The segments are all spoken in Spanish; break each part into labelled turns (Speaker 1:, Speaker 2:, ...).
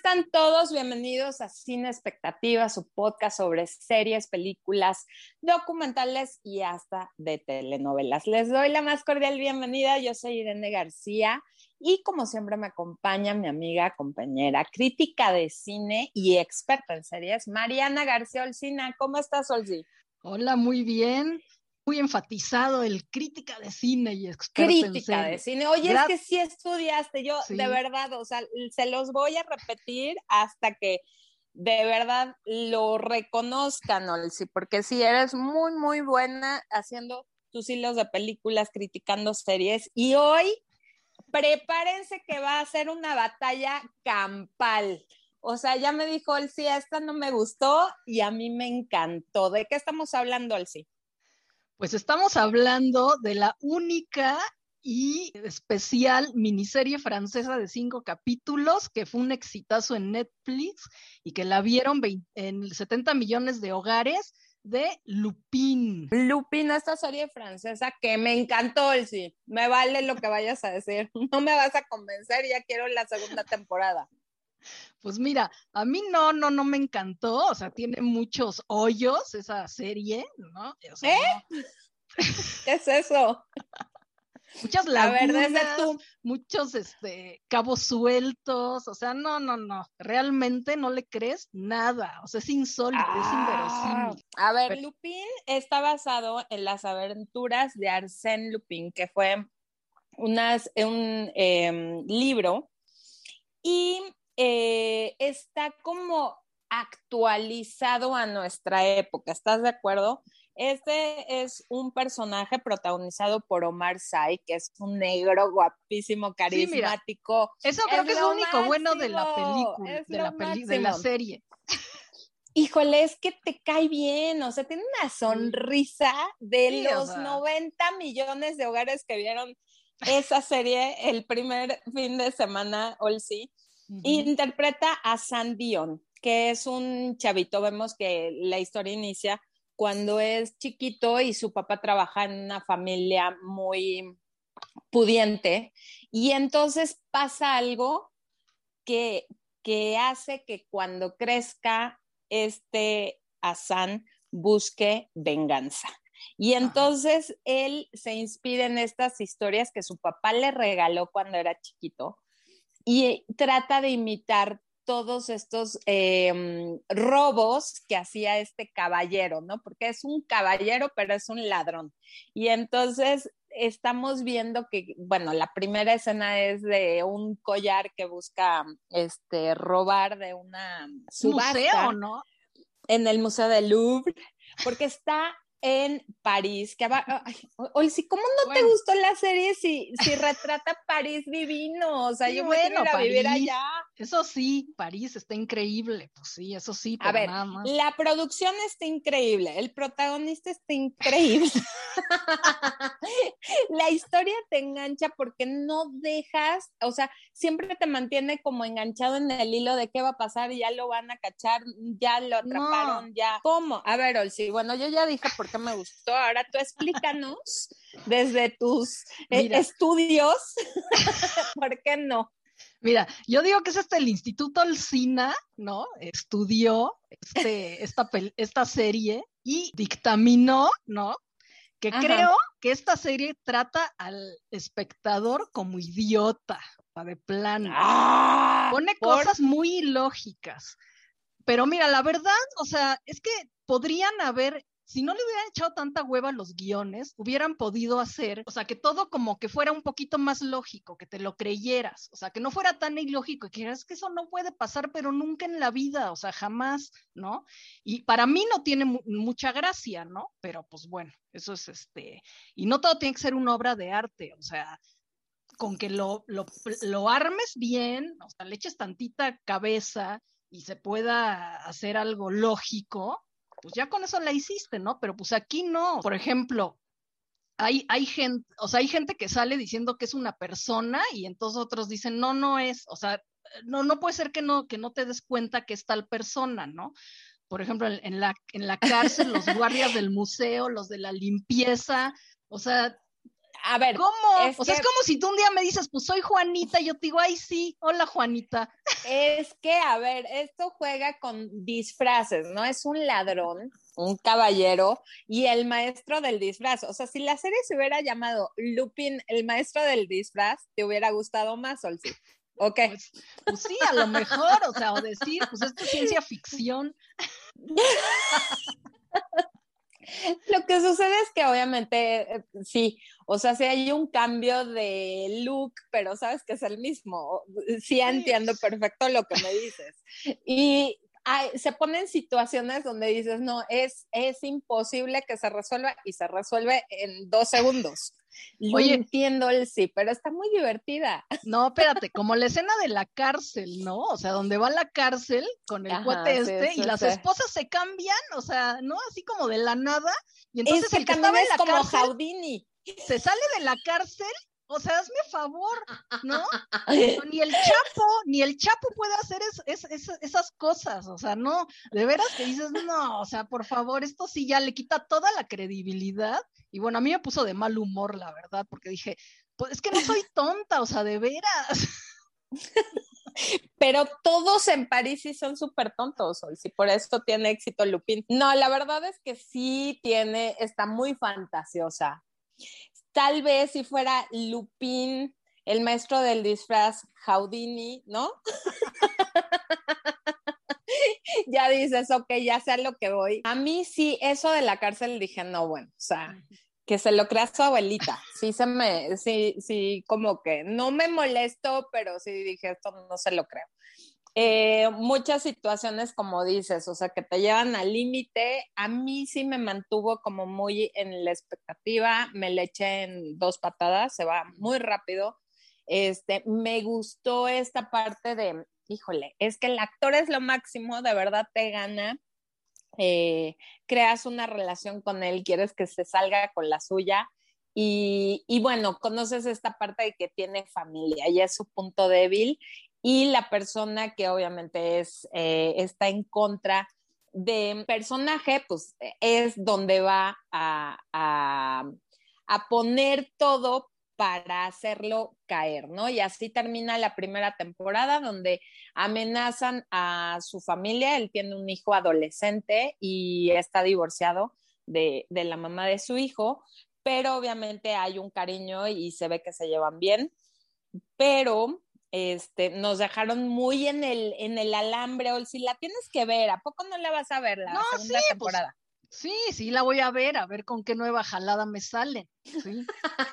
Speaker 1: están todos? Bienvenidos a Sin Expectativas, su podcast sobre series, películas, documentales y hasta de telenovelas. Les doy la más cordial bienvenida. Yo soy Irene García y como siempre me acompaña mi amiga, compañera, crítica de cine y experta en series, Mariana García Olcina. ¿Cómo estás, Olsi?
Speaker 2: Hola, muy bien. Muy enfatizado el crítica de cine y experta en
Speaker 1: Crítica de
Speaker 2: series.
Speaker 1: cine. Oye, es que sí estudiaste, yo de
Speaker 2: Sí.
Speaker 1: verdad, o sea, se los voy a repetir hasta que de verdad lo reconozcan, Olsi, porque sí, eres muy, muy buena haciendo tus hilos de películas, criticando series, y hoy prepárense que va a ser una batalla campal. O sea, ya me dijo Olsi, esta no me gustó y a mí me encantó. ¿De qué estamos hablando, Olsi?
Speaker 2: Pues estamos hablando de la única y especial miniserie francesa de 5 capítulos que fue un exitazo en Netflix y que la vieron en 70 millones de hogares, de Lupin.
Speaker 1: Lupin, esta serie francesa que me encantó, Olsi. Me vale lo que vayas a decir. No me vas a convencer, ya quiero la segunda temporada.
Speaker 2: Pues mira, a mí no me encantó, o sea, tiene muchos hoyos esa serie, ¿no? O sea, no.
Speaker 1: ¿Qué es eso?
Speaker 2: Muchas
Speaker 1: A ver, desde
Speaker 2: lagunas,
Speaker 1: tú.
Speaker 2: muchos cabos sueltos, o sea, no, realmente no le crees nada, o sea, es insólito, es inverosímil.
Speaker 1: A ver,
Speaker 2: Pero,
Speaker 1: Lupin está basado en las aventuras de Arsène Lupin, que fue un libro y está como actualizado a nuestra época. ¿Estás de acuerdo? Este es un personaje protagonizado por Omar Sy, que es un negro guapísimo,
Speaker 2: sí, mira,
Speaker 1: carismático.
Speaker 2: eso creo
Speaker 1: Es
Speaker 2: que es lo
Speaker 1: lo
Speaker 2: único bueno de la
Speaker 1: máximo,
Speaker 2: película,
Speaker 1: es lo
Speaker 2: de la
Speaker 1: máximo.
Speaker 2: serie.
Speaker 1: Híjole, es que te cae bien, o sea, tiene una
Speaker 2: Sí,
Speaker 1: sonrisa de
Speaker 2: sí, o
Speaker 1: los
Speaker 2: sea,
Speaker 1: 90 millones de hogares que vieron esa serie el primer fin de semana, Olsi. Interpreta a San Dion, que es un chavito. Vemos que la historia inicia cuando es chiquito y su papá trabaja en una familia muy pudiente y entonces pasa algo que, que hace que cuando crezca Hassan busque venganza. Y
Speaker 2: ajá.
Speaker 1: entonces él se inspira en estas historias que su papá le regaló cuando era chiquito y trata de imitar todos estos robos que hacía este caballero, ¿no? Porque es un caballero, pero es un ladrón. Y entonces estamos viendo que, bueno, la primera escena es de un collar que busca robar de una
Speaker 2: Un museo,
Speaker 1: subasta
Speaker 2: ¿no?
Speaker 1: en el Museo del Louvre, porque está en París. Olsi, ¿cómo no te
Speaker 2: Bueno.
Speaker 1: gustó la serie si retrata París divino? O sea,
Speaker 2: Sí,
Speaker 1: yo me quiero ir
Speaker 2: bueno,
Speaker 1: a vivir
Speaker 2: París,
Speaker 1: allá.
Speaker 2: eso sí, París está increíble, pues sí, eso sí,
Speaker 1: A
Speaker 2: pero
Speaker 1: ver,
Speaker 2: nada más.
Speaker 1: la producción está increíble, el protagonista está increíble. La historia te engancha porque no dejas, o sea, siempre te mantiene como enganchado en el hilo de qué va a pasar, ya lo van a cachar, ya lo
Speaker 2: No,
Speaker 1: atraparon, ya. ¿Cómo? A ver, Olsi, bueno, yo ya dije por qué me gustó, ahora tú explícanos desde tus
Speaker 2: mira,
Speaker 1: estudios, ¿por qué no?
Speaker 2: mira, yo digo que es el Instituto Alsina, ¿no? Estudió esta serie y dictaminó, ¿no? Que
Speaker 1: Ajá.
Speaker 2: creo que esta serie trata al espectador como idiota, de plano. Pone
Speaker 1: Por
Speaker 2: cosas muy ilógicas. Pero mira, la verdad, o sea, es que podrían haber, si no le hubieran echado tanta hueva a los guiones, hubieran podido hacer, o sea, que todo como que fuera un poquito más lógico, que te lo creyeras, o sea, que no fuera tan ilógico, y que dijeras que eso no puede pasar, pero nunca en la vida, o sea, jamás, ¿no? Y para mí no tiene mucha gracia, ¿no? Pero pues bueno, eso es y no todo tiene que ser una obra de arte, o sea, con que lo armes bien, o sea, le eches tantita cabeza y se pueda hacer algo lógico, pues ya con eso la hiciste, ¿no? Pero pues aquí no. Por ejemplo, hay gente, o sea, hay gente que sale diciendo que es una persona y entonces otros dicen, no es, o sea, no puede ser que no te des cuenta que es tal persona, ¿no? Por ejemplo, en la cárcel, los guardias del museo, los de la limpieza, o sea,
Speaker 1: A ver,
Speaker 2: ¿cómo? O sea, es como si tú un día me dices, pues soy Juanita, y yo te digo, ay, sí, hola, Juanita.
Speaker 1: Es que, a ver, esto juega con disfraces, ¿no? Es un ladrón, un caballero y el maestro del disfraz. O sea, si la serie se hubiera llamado Lupin, el maestro del disfraz, te hubiera gustado más, Olsi. ¿Ok?
Speaker 2: Pues sí, a lo mejor, o sea, o decir, pues esto es ciencia ficción.
Speaker 1: Lo que sucede es que obviamente sí, o sea, sí hay un cambio de look, pero sabes que es el mismo. Sí
Speaker 2: Sí,
Speaker 1: entiendo perfecto lo que me dices. Y se ponen situaciones donde dices, no, es imposible que se resuelva y se resuelve en 2 segundos. Lo
Speaker 2: oye,
Speaker 1: entiendo el sí, pero está muy divertida.
Speaker 2: no, espérate, como la escena de la cárcel, ¿no? O sea, donde va a la cárcel con el
Speaker 1: Ajá,
Speaker 2: cuate
Speaker 1: sí,
Speaker 2: y
Speaker 1: sí,
Speaker 2: las
Speaker 1: sí.
Speaker 2: esposas se cambian, o sea, ¿no? Así como de la nada, y
Speaker 1: Es
Speaker 2: entonces
Speaker 1: que
Speaker 2: el que
Speaker 1: también
Speaker 2: estaba en
Speaker 1: es
Speaker 2: la
Speaker 1: como
Speaker 2: cárcel
Speaker 1: Houdini.
Speaker 2: se sale de la cárcel, o sea, hazme favor, ¿no? No, ni el Chapo puede hacer esas cosas, o sea, no, de veras que dices, no, o sea, por favor, esto sí ya le quita toda la credibilidad, y bueno, a mí me puso de mal humor, la verdad, porque dije, pues es que no soy tonta, o sea, de veras.
Speaker 1: Pero todos en París sí son súper tontos, Sol, si por esto tiene éxito Lupin. No, la verdad es que sí está muy fantasiosa. Tal vez si fuera Lupin, el maestro del disfraz, Houdini, ¿no? Ya dices, ok, ya sé a lo que voy. A mí sí, eso de la cárcel dije, no, bueno, o sea, que se lo crea su abuelita. Sí, como que no me molesto, pero sí dije, esto no se lo creo. Muchas situaciones, como dices, o sea, que te llevan al límite. A mí sí me mantuvo como muy en la expectativa, me le eché en 2 patadas, se va muy rápido. Me gustó esta parte de, híjole, es que el actor es lo máximo, de verdad te gana. Creas una relación con él, quieres que se salga con la suya. Y bueno, conoces esta parte de que tiene familia y es su punto débil y la persona que obviamente está en contra de personaje, pues es donde va a poner todo para hacerlo caer, ¿no? Y así termina la primera temporada donde amenazan a su familia, él tiene un hijo adolescente y está divorciado de la mamá de su hijo, pero obviamente hay un cariño y se ve que se llevan bien, pero nos dejaron muy en el alambre, o si la tienes que ver, ¿a poco no la vas a ver
Speaker 2: No,
Speaker 1: la
Speaker 2: sí,
Speaker 1: segunda
Speaker 2: pues
Speaker 1: temporada?
Speaker 2: sí, la voy a ver con qué nueva jalada me sale, sí,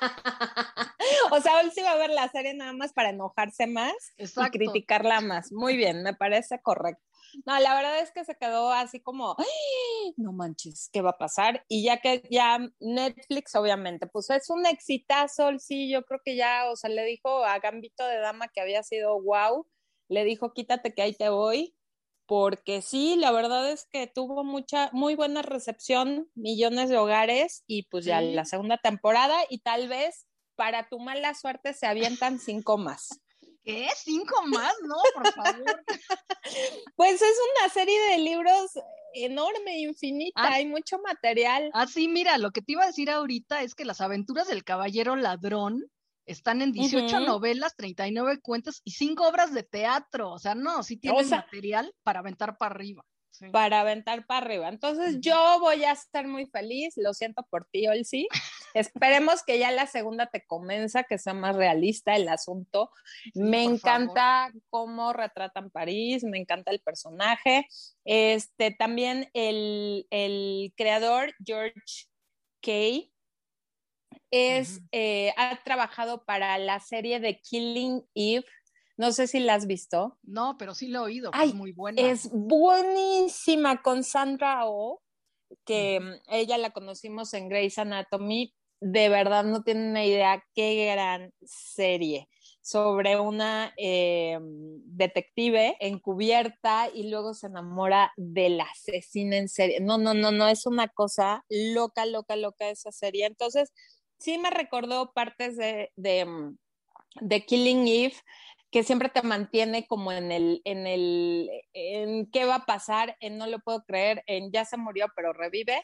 Speaker 1: O sea, él sí va a ver la serie nada más para enojarse más y
Speaker 2: exacto.
Speaker 1: criticarla más. Muy bien, me parece correcto. No, la verdad es que se quedó así como, ¡ay! No manches, ¿qué va a pasar? Y ya que ya Netflix, obviamente, pues es un exitazo, sí, yo creo que ya, o sea, le dijo a Gambito de Dama que había sido wow, le dijo, quítate que ahí te voy, porque sí, la verdad es que tuvo muy buena recepción, millones de hogares, y pues ya la
Speaker 2: Sí,
Speaker 1: segunda temporada, y tal vez para tu mala suerte se avientan 5 más.
Speaker 2: ¿qué? 5 más, no, por favor.
Speaker 1: Pues es una serie de libros enorme,
Speaker 2: Ah,
Speaker 1: infinita, hay mucho material.
Speaker 2: sí, mira, lo que te iba a decir ahorita es que las aventuras del caballero ladrón están en 18
Speaker 1: Ujú.
Speaker 2: novelas, 39 cuentos y 5 obras de teatro. O sea, no, sí
Speaker 1: O
Speaker 2: tienen
Speaker 1: sea,
Speaker 2: material para aventar para arriba. Sí.
Speaker 1: para aventar para arriba. Entonces
Speaker 2: Ujú.
Speaker 1: yo voy a estar muy feliz, lo siento por ti, Olsi. Esperemos que ya la segunda te convenza, que sea más realista el asunto.
Speaker 2: Sí,
Speaker 1: Me
Speaker 2: por favor.
Speaker 1: encanta cómo retratan París, me encanta el personaje. También el creador, George Kay,
Speaker 2: Ujú.
Speaker 1: ha trabajado para la serie de Killing Eve. No sé si la has visto.
Speaker 2: No, pero sí lo he oído, que es
Speaker 1: Ay,
Speaker 2: muy buena.
Speaker 1: es buenísima con Sandra Oh, que
Speaker 2: Ujú.
Speaker 1: ella la conocimos en Grey's Anatomy. De verdad no tienen una idea qué gran serie sobre una detective encubierta y luego se enamora del asesino en serie. No, no, no, no, es una cosa loca, loca, loca esa serie. Entonces, sí me recordó partes de Killing Eve, que siempre te mantiene como en qué va a pasar, en no lo puedo creer, en ya se murió pero revive,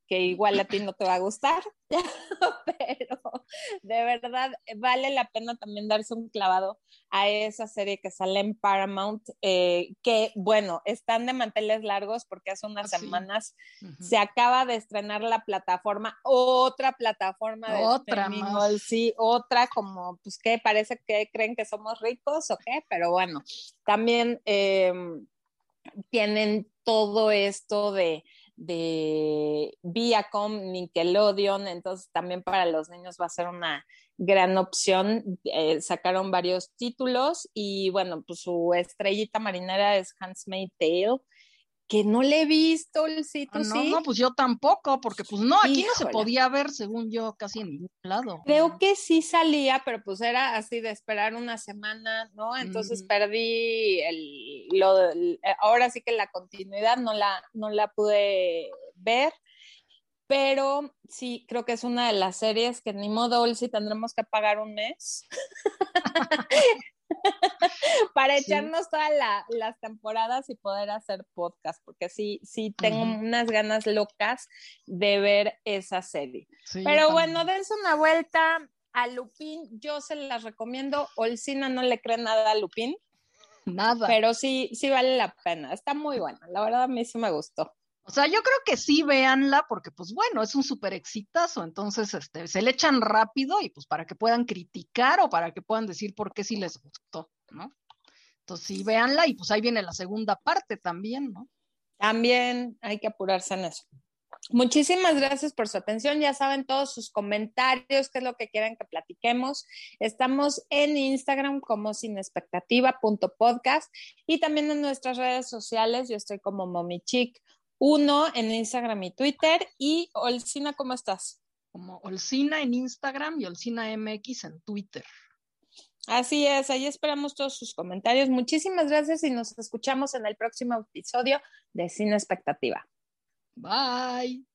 Speaker 1: que igual a ti no te va a gustar, pero de verdad vale la pena también darse un clavado a esa serie que sale en Paramount, que bueno, están de manteles largos porque hace unas semanas se acaba de estrenar la plataforma, otra plataforma de streaming, sí, otra como, pues que parece que creen que somos ricos o qué, pero bueno, también tienen todo esto de Viacom, Nickelodeon, entonces también para los niños va a ser una gran opción. Sacaron varios títulos y bueno, pues su estrellita marinera es Handmaid's Tale, que no le he visto, ¿tú sí?
Speaker 2: No, pues yo tampoco, porque pues no, aquí no se
Speaker 1: Híjole.
Speaker 2: podía ver, según yo, casi en ningún lado.
Speaker 1: Creo que sí salía, pero pues era así de esperar una semana, ¿no? Entonces perdí ahora sí que la continuidad no la pude ver, pero sí, creo que es una de las series que ni modo, Olsi, tendremos que pagar un mes para echarnos todas las temporadas y poder hacer podcast, porque sí tengo unas ganas locas de ver esa serie. Sí, pero bueno, dense una vuelta a Lupin, yo se las recomiendo. Olsina no le cree nada a Lupin.
Speaker 2: Nada.
Speaker 1: Pero sí vale la pena, está muy buena, la verdad a mí sí me gustó.
Speaker 2: O sea, yo creo que sí, véanla, porque pues bueno, es un súper exitazo, entonces se le echan rápido y pues para que puedan criticar o para que puedan decir por qué sí les gustó, ¿no? Entonces sí, véanla y pues ahí viene la segunda parte también, ¿no?
Speaker 1: También hay que apurarse en eso. Muchísimas gracias por su atención. Ya saben todos sus comentarios, qué es lo que quieren que platiquemos. Estamos en Instagram como sinexpectativa.podcast y también en nuestras redes sociales. Yo estoy como momichic1 en Instagram y Twitter. Y Olsina, ¿cómo estás?
Speaker 2: Como Olsina en Instagram y Olsina MX en Twitter.
Speaker 1: Así es, ahí esperamos todos sus comentarios. Muchísimas gracias y nos escuchamos en el próximo episodio de Sin Expectativa.
Speaker 2: Bye.